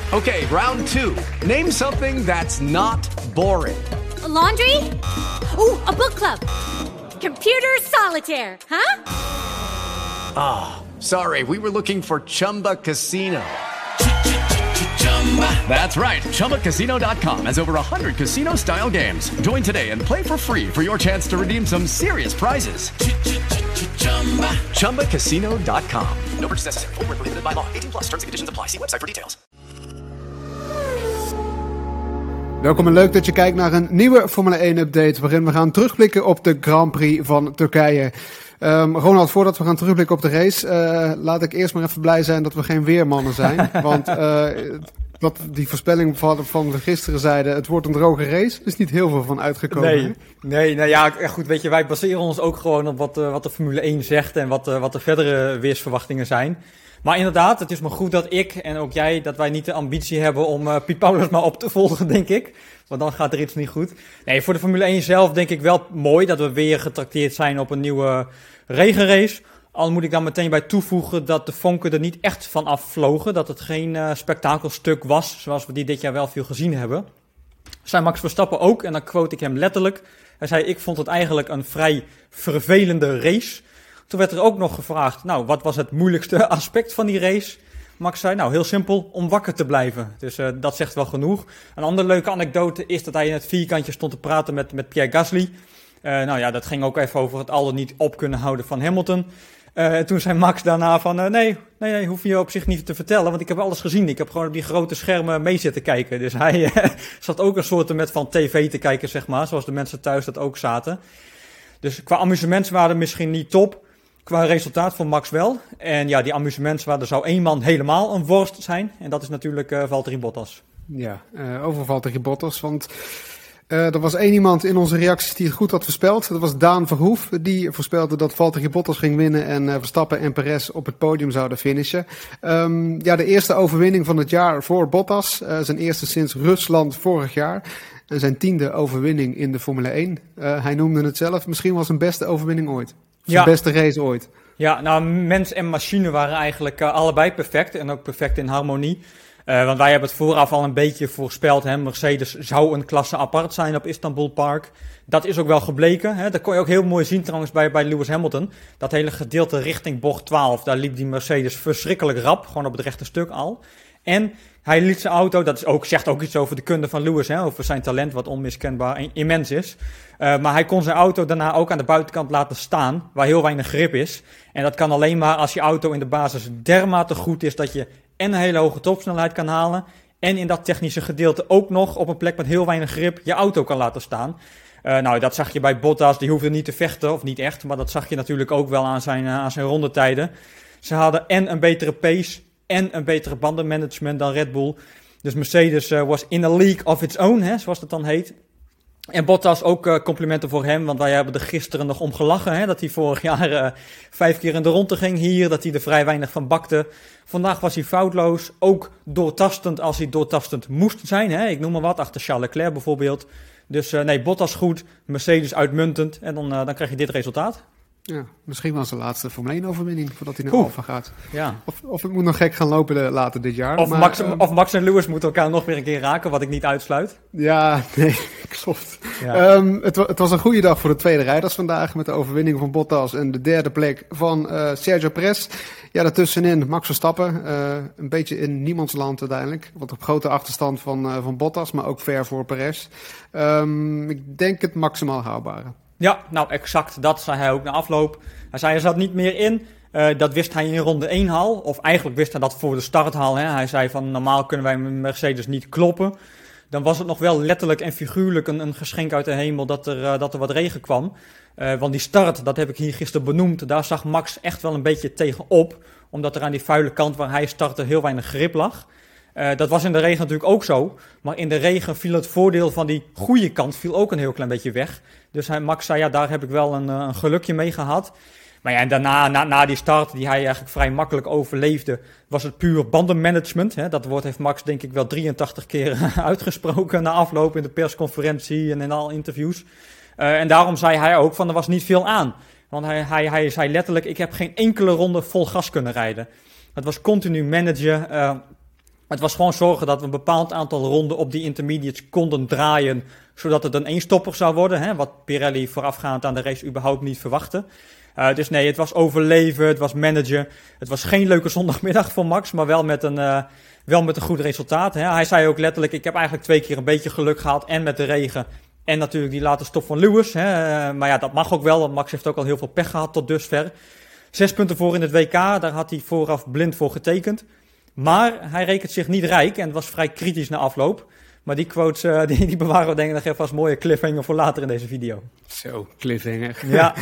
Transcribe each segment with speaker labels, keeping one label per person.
Speaker 1: Okay, round 2. Name something that's not boring.
Speaker 2: A laundry? Ooh, a book club. Computer solitaire, huh?
Speaker 1: Sorry, we were looking for Chumba Casino. That's right. ChumbaCasino.com has over 100 casino-style games. Join today and play for free for your chance to redeem some serious prizes. ChumbaCasino.com. No purchase necessary. Void where prohibited by law. 18 plus. Terms and conditions apply. See website for details.
Speaker 3: Welkom en leuk dat je kijkt naar een nieuwe Formule 1-update... waarin we gaan terugblikken op de Grand Prix van Turkije. Ronald, voordat we gaan terugblikken op de race... laat ik eerst maar even blij zijn dat we geen weermannen zijn. Want wat die voorspelling van we gisteren zeiden... het wordt een droge race, is niet heel veel van uitgekomen.
Speaker 4: Nee, nou ja, goed, weet je, wij baseren ons ook gewoon op wat de Formule 1 zegt... en wat de verdere weersverwachtingen zijn... Maar inderdaad, het is maar goed dat ik en ook jij, dat wij niet de ambitie hebben om Piet Paulus maar op te volgen, denk ik. Want dan gaat er iets niet goed. Nee, voor de Formule 1 zelf denk ik wel mooi dat we weer getrakteerd zijn op een nieuwe regenrace. Al moet ik dan meteen bij toevoegen dat de vonken er niet echt van afvlogen. Dat het geen spektakelstuk was, zoals we die dit jaar wel veel gezien hebben. Zei Max Verstappen ook, en dan quote ik hem letterlijk. Hij zei, ik vond het eigenlijk een vrij vervelende race. Toen werd er ook nog gevraagd, nou, wat was het moeilijkste aspect van die race? Max zei, nou, heel simpel, om wakker te blijven. Dus dat zegt wel genoeg. Een andere leuke anekdote is dat hij in het vierkantje stond te praten met Pierre Gasly. Nou ja, dat ging ook even over het al niet op kunnen houden van Hamilton. Toen zei Max daarna van, nee, hoef je op zich niet te vertellen, want ik heb alles gezien. Ik heb gewoon op die grote schermen mee zitten kijken. Dus hij zat ook een soort met van tv te kijken, zeg maar, zoals de mensen thuis dat ook zaten. Dus qua amusementswaarde misschien niet top. Qua resultaat voor Max wel. En ja, die amusementswaarde zou één man helemaal een worst zijn. En dat is natuurlijk Valtteri Bottas.
Speaker 3: Ja, over Valtteri Bottas, want er was één iemand in onze reacties die het goed had voorspeld. Dat was Daan Verhoef. Die voorspelde dat Valtteri Bottas ging winnen en Verstappen en Perez op het podium zouden finishen. Ja, de eerste overwinning van het jaar voor Bottas. Zijn eerste sinds Rusland vorig jaar. En zijn 10e overwinning in de Formule 1. Hij noemde het zelf. Misschien was zijn beste overwinning ooit. Zijn beste race ooit.
Speaker 4: Ja, nou, mens en machine waren eigenlijk allebei perfect. En ook perfect in harmonie. Want wij hebben het vooraf al een beetje voorspeld. Hè? Mercedes zou een klasse apart zijn op Istanbul Park. Dat is ook wel gebleken. Hè? Dat kon je ook heel mooi zien trouwens bij Lewis Hamilton. Dat hele gedeelte richting bocht 12. Daar liep die Mercedes verschrikkelijk rap. Gewoon op het rechte stuk al. En hij liet zijn auto, dat is ook, zegt ook iets over de kunde van Lewis, hè, over zijn talent wat onmiskenbaar en immens is. Maar hij kon zijn auto daarna ook aan de buitenkant laten staan, waar heel weinig grip is. En dat kan alleen maar als je auto in de basis dermate goed is dat je en een hele hoge topsnelheid kan halen. En in dat technische gedeelte ook nog op een plek met heel weinig grip je auto kan laten staan. Nou, dat zag je bij Bottas, die hoefde niet te vechten, of niet echt. Maar dat zag je natuurlijk ook wel aan zijn rondetijden. Ze hadden en een betere pace en een betere bandenmanagement dan Red Bull. Dus Mercedes was in a league of its own, hè, zoals het dan heet. En Bottas ook complimenten voor hem, want wij hebben er gisteren nog om gelachen. Hè, dat hij vorig jaar 5 keer in de ronde ging hier, dat hij er vrij weinig van bakte. Vandaag was hij foutloos, ook doortastend als hij doortastend moest zijn. Hè. Ik noem maar wat, achter Charles Leclerc bijvoorbeeld. Dus nee, Bottas goed, Mercedes uitmuntend en dan krijg je dit resultaat.
Speaker 3: Ja, misschien was de laatste Formule 1-overwinning voordat hij naar Alfa gaat.
Speaker 4: Ja.
Speaker 3: Of het moet nog gek gaan lopen later dit jaar.
Speaker 4: Of Max en Lewis moeten elkaar nog weer een keer raken, wat ik niet uitsluit.
Speaker 3: Ja, nee, klopt. Ja. Het was een goede dag voor de tweede rijders vandaag met de overwinning van Bottas en de derde plek van Sergio Perez. Ja, daartussenin Max Verstappen, een beetje in niemandsland uiteindelijk. Want op grote achterstand van Bottas, maar ook ver voor Perez. Ik denk het maximaal haalbare.
Speaker 4: Ja, nou exact, dat zei hij ook na afloop. Hij zei, er zat niet meer in. Dat wist hij in ronde 1 al. Of eigenlijk wist hij dat voor de start al. Hè. Hij zei van, normaal kunnen wij met Mercedes niet kloppen. Dan was het nog wel letterlijk en figuurlijk een geschenk uit de hemel dat er wat regen kwam. Want die start, dat heb ik hier gisteren benoemd, daar zag Max echt wel een beetje tegenop. Omdat er aan die vuile kant waar hij startte heel weinig grip lag. Dat was in de regen natuurlijk ook zo. Maar in de regen viel het voordeel van die goede kant viel ook een heel klein beetje weg. Dus Max zei, ja, daar heb ik wel een gelukje mee gehad. Maar ja, en daarna, na die start, die hij eigenlijk vrij makkelijk overleefde, was het puur bandenmanagement. Hè? Dat woord heeft Max denk ik wel 83 keer uitgesproken na afloop in de persconferentie en in al interviews. En daarom zei hij ook van, er was niet veel aan. Want hij zei letterlijk, ik heb geen enkele ronde vol gas kunnen rijden. Het was continu managen. Het was gewoon zorgen dat we een bepaald aantal ronden op die intermediates konden draaien, zodat het een eenstopper zou worden, hè, wat Pirelli voorafgaand aan de race überhaupt niet verwachtte. Dus nee, het was overleven, het was managen. Het was geen leuke zondagmiddag voor Max, maar wel met een goed resultaat. Hè. Hij zei ook letterlijk, ik heb eigenlijk 2 keer een beetje geluk gehad, en met de regen en natuurlijk die late stop van Lewis. Hè. Maar ja, dat mag ook wel, want Max heeft ook al heel veel pech gehad tot dusver. 6 punten voor in het WK, daar had hij vooraf blind voor getekend. Maar hij rekent zich niet rijk en was vrij kritisch na afloop. Maar die quotes die bewaren we denk ik nog even als mooie cliffhanger voor later in deze video.
Speaker 3: Zo, cliffhanger.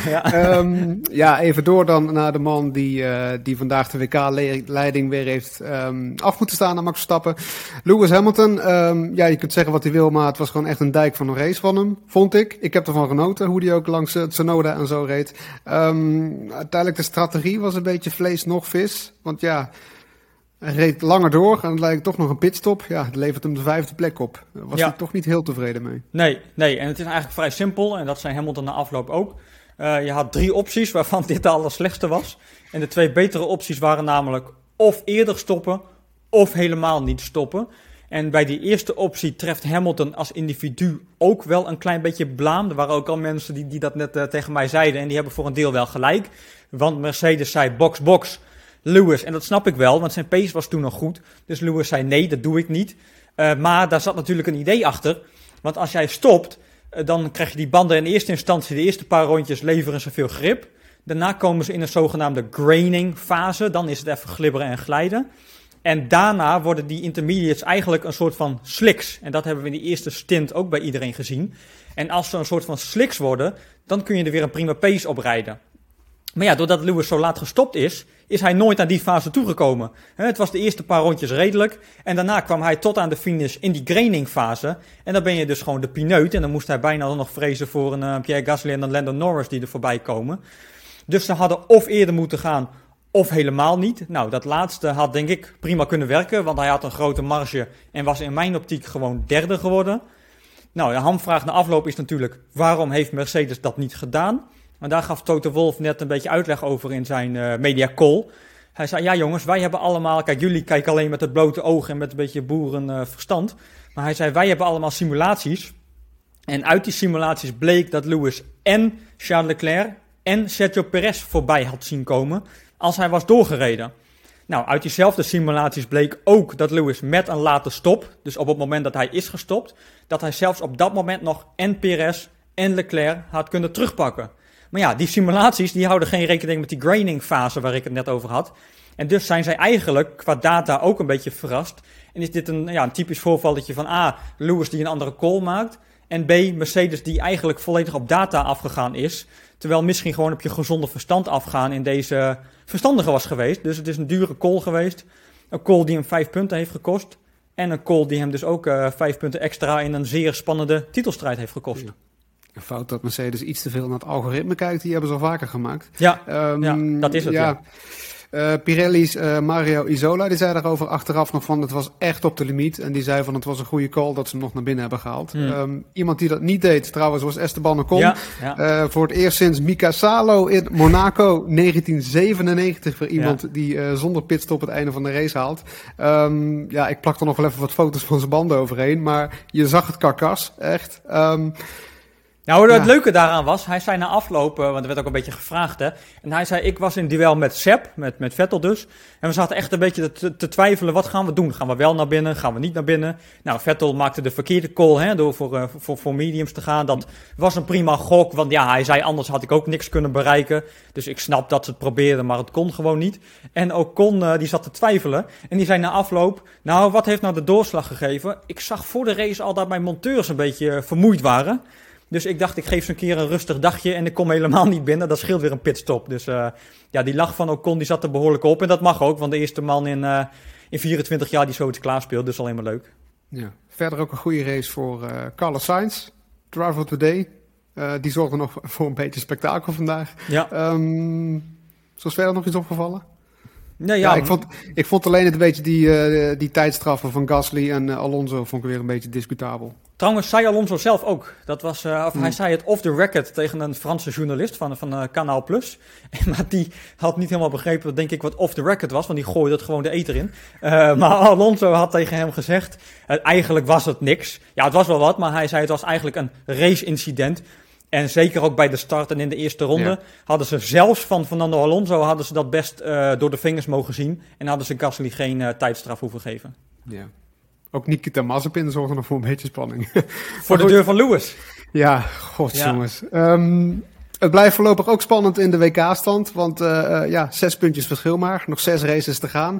Speaker 4: Ja.
Speaker 3: Even door dan naar de man die vandaag de WK-leiding weer heeft af moeten staan aan Max Verstappen. Lewis Hamilton, je kunt zeggen wat hij wil, maar het was gewoon echt een dijk van een race van hem, vond ik. Ik heb ervan genoten, hoe hij ook langs Tsunoda en zo reed. Uiteindelijk de strategie was een beetje vlees nog vis, want ja... Hij reed langer door en het lijkt toch nog een pitstop. Ja, het levert hem de 5e plek op. Daar was hij toch niet heel tevreden mee.
Speaker 4: Nee, en het is eigenlijk vrij simpel. En dat zei Hamilton na afloop ook. Je had 3 opties waarvan dit de allerslechtste was. En de 2 betere opties waren namelijk of eerder stoppen of helemaal niet stoppen. En bij die eerste optie treft Hamilton als individu ook wel een klein beetje blaam. Er waren ook al mensen die dat net tegen mij zeiden en die hebben voor een deel wel gelijk. Want Mercedes zei box. Lewis, en dat snap ik wel, want zijn pace was toen nog goed. Dus Lewis zei nee, dat doe ik niet. Maar daar zat natuurlijk een idee achter. Want als jij stopt, dan krijg je die banden in eerste instantie, de eerste paar rondjes leveren ze veel grip. Daarna komen ze in een zogenaamde graining fase. Dan is het even glibberen en glijden. En daarna worden die intermediates eigenlijk een soort van slicks. En dat hebben we in die eerste stint ook bij iedereen gezien. En als ze een soort van slicks worden, dan kun je er weer een prima pace op rijden. Maar ja, doordat Lewis zo laat gestopt is hij nooit naar die fase toegekomen. Het was de eerste paar rondjes redelijk. En daarna kwam hij tot aan de finish in die graining fase. En dan ben je dus gewoon de pineut. En dan moest hij bijna nog vrezen voor een Pierre Gasly en een Lando Norris die er voorbij komen. Dus ze hadden of eerder moeten gaan of helemaal niet. Nou, dat laatste had denk ik prima kunnen werken. Want hij had een grote marge en was in mijn optiek gewoon derde geworden. Nou, de hamvraag na afloop is natuurlijk, waarom heeft Mercedes dat niet gedaan? Maar daar gaf Toto Wolff net een beetje uitleg over in zijn media call. Hij zei, ja jongens, wij hebben allemaal... Kijk, jullie kijken alleen met het blote oog en met een beetje boerenverstand. Maar hij zei, wij hebben allemaal simulaties. En uit die simulaties bleek dat Lewis en Charles Leclerc en Sergio Perez voorbij had zien komen als hij was doorgereden. Nou, uit diezelfde simulaties bleek ook dat Lewis met een late stop, dus op het moment dat hij is gestopt, dat hij zelfs op dat moment nog en Perez en Leclerc had kunnen terugpakken. Maar ja, die simulaties die houden geen rekening met die graining fase waar ik het net over had. En dus zijn zij eigenlijk qua data ook een beetje verrast. En is dit een typisch voorvalletje van A, Lewis die een andere call maakt. En B, Mercedes die eigenlijk volledig op data afgegaan is. Terwijl misschien gewoon op je gezonde verstand afgaan in deze verstandige was geweest. Dus het is een dure call geweest. Een call die hem 5 punten heeft gekost. En een call die hem dus ook 5 punten extra in een zeer spannende titelstrijd heeft gekost.
Speaker 3: Ja. Een fout dat Mercedes iets te veel naar het algoritme kijkt, die hebben ze al vaker gemaakt.
Speaker 4: Ja, dat is het. Ja.
Speaker 3: Pirelli's Mario Isola, die zei daarover achteraf nog van het was echt op de limiet. En die zei van het was een goede call dat ze hem nog naar binnen hebben gehaald. Iemand die dat niet deed trouwens was Esteban Ocon. Voor het eerst sinds Mika Salo in Monaco 1997 voor iemand die zonder pitstop het einde van de race haalt. Ik plak er nog wel even wat foto's van zijn banden overheen. Maar je zag het karkas, echt.
Speaker 4: Nou, het leuke daaraan was, hij zei na afloop, want er werd ook een beetje gevraagd, hè. En hij zei, ik was in duel met Sepp, met Vettel dus. En we zaten echt een beetje te twijfelen, wat gaan we doen? Gaan we wel naar binnen? Gaan we niet naar binnen? Nou, Vettel maakte de verkeerde call, hè, door voor mediums te gaan. Dat was een prima gok, want ja, hij zei, anders had ik ook niks kunnen bereiken. Dus ik snap dat ze het probeerden, maar het kon gewoon niet. En Ocon, die zat te twijfelen. En die zei na afloop, nou, wat heeft nou de doorslag gegeven? Ik zag voor de race al dat mijn monteurs een beetje vermoeid waren. Dus ik dacht, ik geef ze een keer een rustig dagje en ik kom helemaal niet binnen. Dat scheelt weer een pitstop. Dus die lach van Ocon die zat er behoorlijk op. En dat mag ook, want de eerste man in 24 jaar die zoiets klaarspeelt. Dus alleen maar leuk. Ja,
Speaker 3: verder ook een goede race voor Carlos Sainz. Driver of the Day. Die zorgde nog voor een beetje spektakel vandaag.
Speaker 4: Ja.
Speaker 3: Is verder nog iets opgevallen?
Speaker 4: Nee,
Speaker 3: Ja, ik vond alleen het een beetje die tijdstraffen van Gasly en Alonso vond ik weer een beetje discutabel.
Speaker 4: Trouwens, zei Alonso zelf ook. Dat was, hij zei het off the record tegen een Franse journalist van Kanaal Plus. Maar die had niet helemaal begrepen, denk ik, wat off the record was. Want die gooide het gewoon de eter in. Maar Alonso had tegen hem gezegd, eigenlijk was het niks. Ja, het was wel wat, maar hij zei het was eigenlijk een race-incident. En zeker ook bij de start en in de eerste ronde hadden ze zelfs van Fernando Alonso hadden ze dat best door de vingers mogen zien. En hadden ze Gasly geen tijdstraf hoeven geven.
Speaker 3: Ja. Ook Nikita Mazepin zorgde nog voor een beetje spanning.
Speaker 4: Voor de deur van Lewis.
Speaker 3: Ja, jongens. Het blijft voorlopig ook spannend in de WK-stand. Want 6 puntjes verschil maar. Nog 6 races te gaan.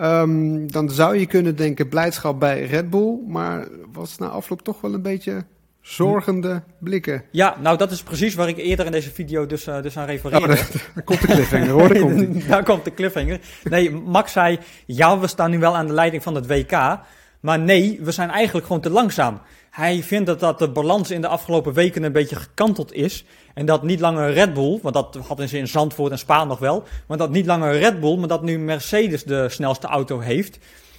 Speaker 3: Dan zou je kunnen denken blijdschap bij Red Bull. Maar was na afloop toch wel een beetje zorgende blikken.
Speaker 4: Ja, nou dat is precies waar ik eerder in deze video dus aan refereerde.
Speaker 3: Daar komt de cliffhanger hoor.
Speaker 4: Daar komt de cliffhanger. Nee, Max zei, ja we staan nu wel aan de leiding van het WK. Maar nee, we zijn eigenlijk gewoon te langzaam. Hij vindt dat de balans in de afgelopen weken een beetje gekanteld is. En dat niet langer Red Bull, want dat hadden ze in Zandvoort en Spa nog wel. Maar dat niet langer Red Bull, maar dat nu Mercedes de snelste auto heeft.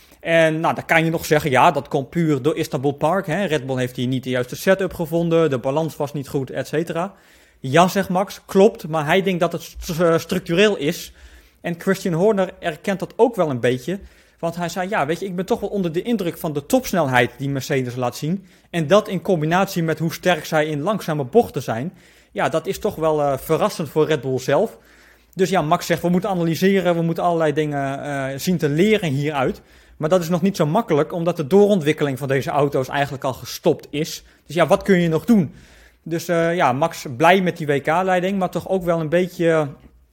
Speaker 4: En nou, dan kan je nog zeggen, ja, dat komt puur door Istanbul Park. Hè. Red Bull heeft hier niet de juiste setup gevonden, de balans was niet goed, et cetera. Ja, zegt Max, klopt, maar hij denkt dat het structureel is. En Christian Horner erkent dat ook wel een beetje. Want hij zei, ja, weet je, ik ben toch wel onder de indruk van de topsnelheid die Mercedes laat zien. En dat in combinatie met hoe sterk zij in langzame bochten zijn. Ja, dat is toch wel verrassend voor Red Bull zelf. Dus ja, Max zegt, we moeten analyseren, we moeten allerlei dingen zien te leren hieruit. Maar dat is nog niet zo makkelijk, omdat de doorontwikkeling van deze auto's eigenlijk al gestopt is. Dus ja, wat kun je nog doen? Dus Max blij met die WK-leiding, maar toch ook wel een beetje,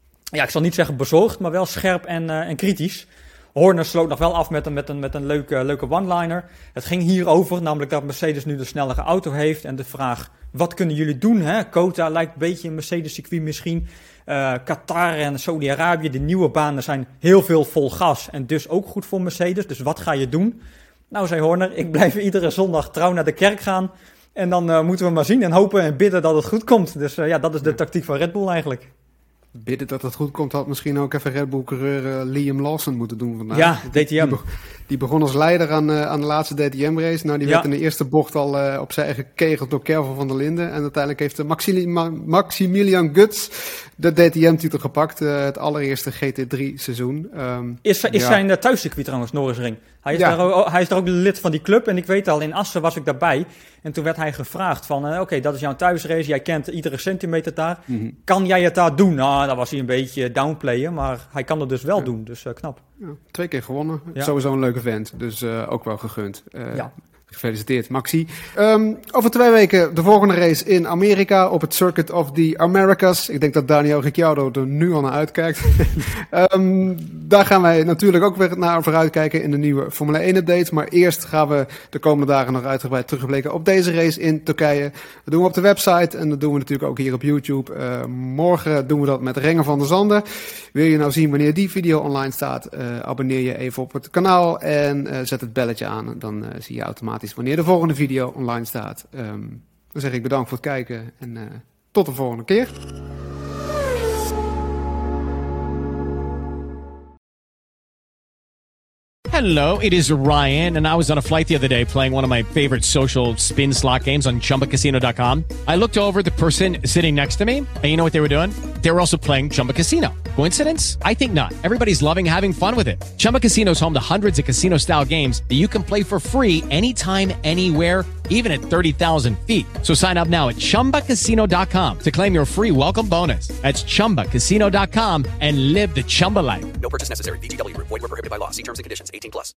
Speaker 4: ik zal niet zeggen bezorgd, maar wel scherp en kritisch. Horner sloot nog wel af met een leuke one-liner. Het ging hierover, namelijk dat Mercedes nu de snellere auto heeft. En de vraag, wat kunnen jullie doen? Hè? Kota lijkt een beetje een Mercedes-circuit misschien. Qatar en Saudi-Arabië, de nieuwe banen zijn heel veel vol gas. En dus ook goed voor Mercedes. Dus wat ga je doen? Nou, zei Horner, ik blijf iedere zondag trouw naar de kerk gaan. En dan moeten we maar zien en hopen en bidden dat het goed komt. Dus dat is de tactiek van Red Bull eigenlijk.
Speaker 3: Bidden dat het goed komt, had misschien ook even Red Bull-coureur Liam Lawson moeten doen vandaag.
Speaker 4: Ja, DTM.
Speaker 3: Die begon als leider aan de laatste DTM-race. Nou, die werd in de eerste bocht al opzij gekegeld door Kervel van der Linden. En uiteindelijk heeft Maximilian Guts de DTM-titel gepakt. Het allereerste GT3-seizoen.
Speaker 4: Is zijn thuiscircuit trouwens, Norrisring. Hij is daar ook lid van die club. En ik weet al, in Assen was ik daarbij. En toen werd hij gevraagd van, oké, dat is jouw thuisrace. Jij kent iedere centimeter daar. Mm-hmm. Kan jij het daar doen? Nou, dan was hij een beetje downplayen. Maar hij kan het dus wel doen. Dus knap.
Speaker 3: Ja, 2 keer gewonnen. Ja. Sowieso een leuke vent. Dus ook wel gegund. Gefeliciteerd, Maxi. Over 2 weken de volgende race in Amerika op het Circuit of the Americas. Ik denk dat Daniel Ricciardo er nu al naar uitkijkt. Daar gaan wij natuurlijk ook weer naar vooruitkijken in de nieuwe Formule 1 update. Maar eerst gaan we de komende dagen nog uitgebreid terugblikken op deze race in Turkije. Dat doen we op de website en dat doen we natuurlijk ook hier op YouTube. Morgen doen we dat met Renger van der Zanden. Wil je nou zien wanneer die video online staat? Abonneer je even op het kanaal en zet het belletje aan. Dan zie je automatisch wanneer de volgende video online staat. Dan zeg ik bedankt voor het kijken en tot de volgende keer.
Speaker 5: Hello, it is Ryan, and I was on a flight the other day playing one of my favorite social spin slot games on ChumbaCasino.com. I looked over at the person sitting next to me, and you know what they were doing? They were also playing Chumba Casino. Coincidence? I think not. Everybody's loving having fun with it. Chumba Casino is home to hundreds of casino-style games that you can play for free anytime, anywhere, even at 30,000 feet. So sign up now at ChumbaCasino.com to claim your free welcome bonus. That's ChumbaCasino.com and live the Chumba life.
Speaker 6: No purchase necessary. VGW. Void where prohibited by law. See terms and conditions. 18+.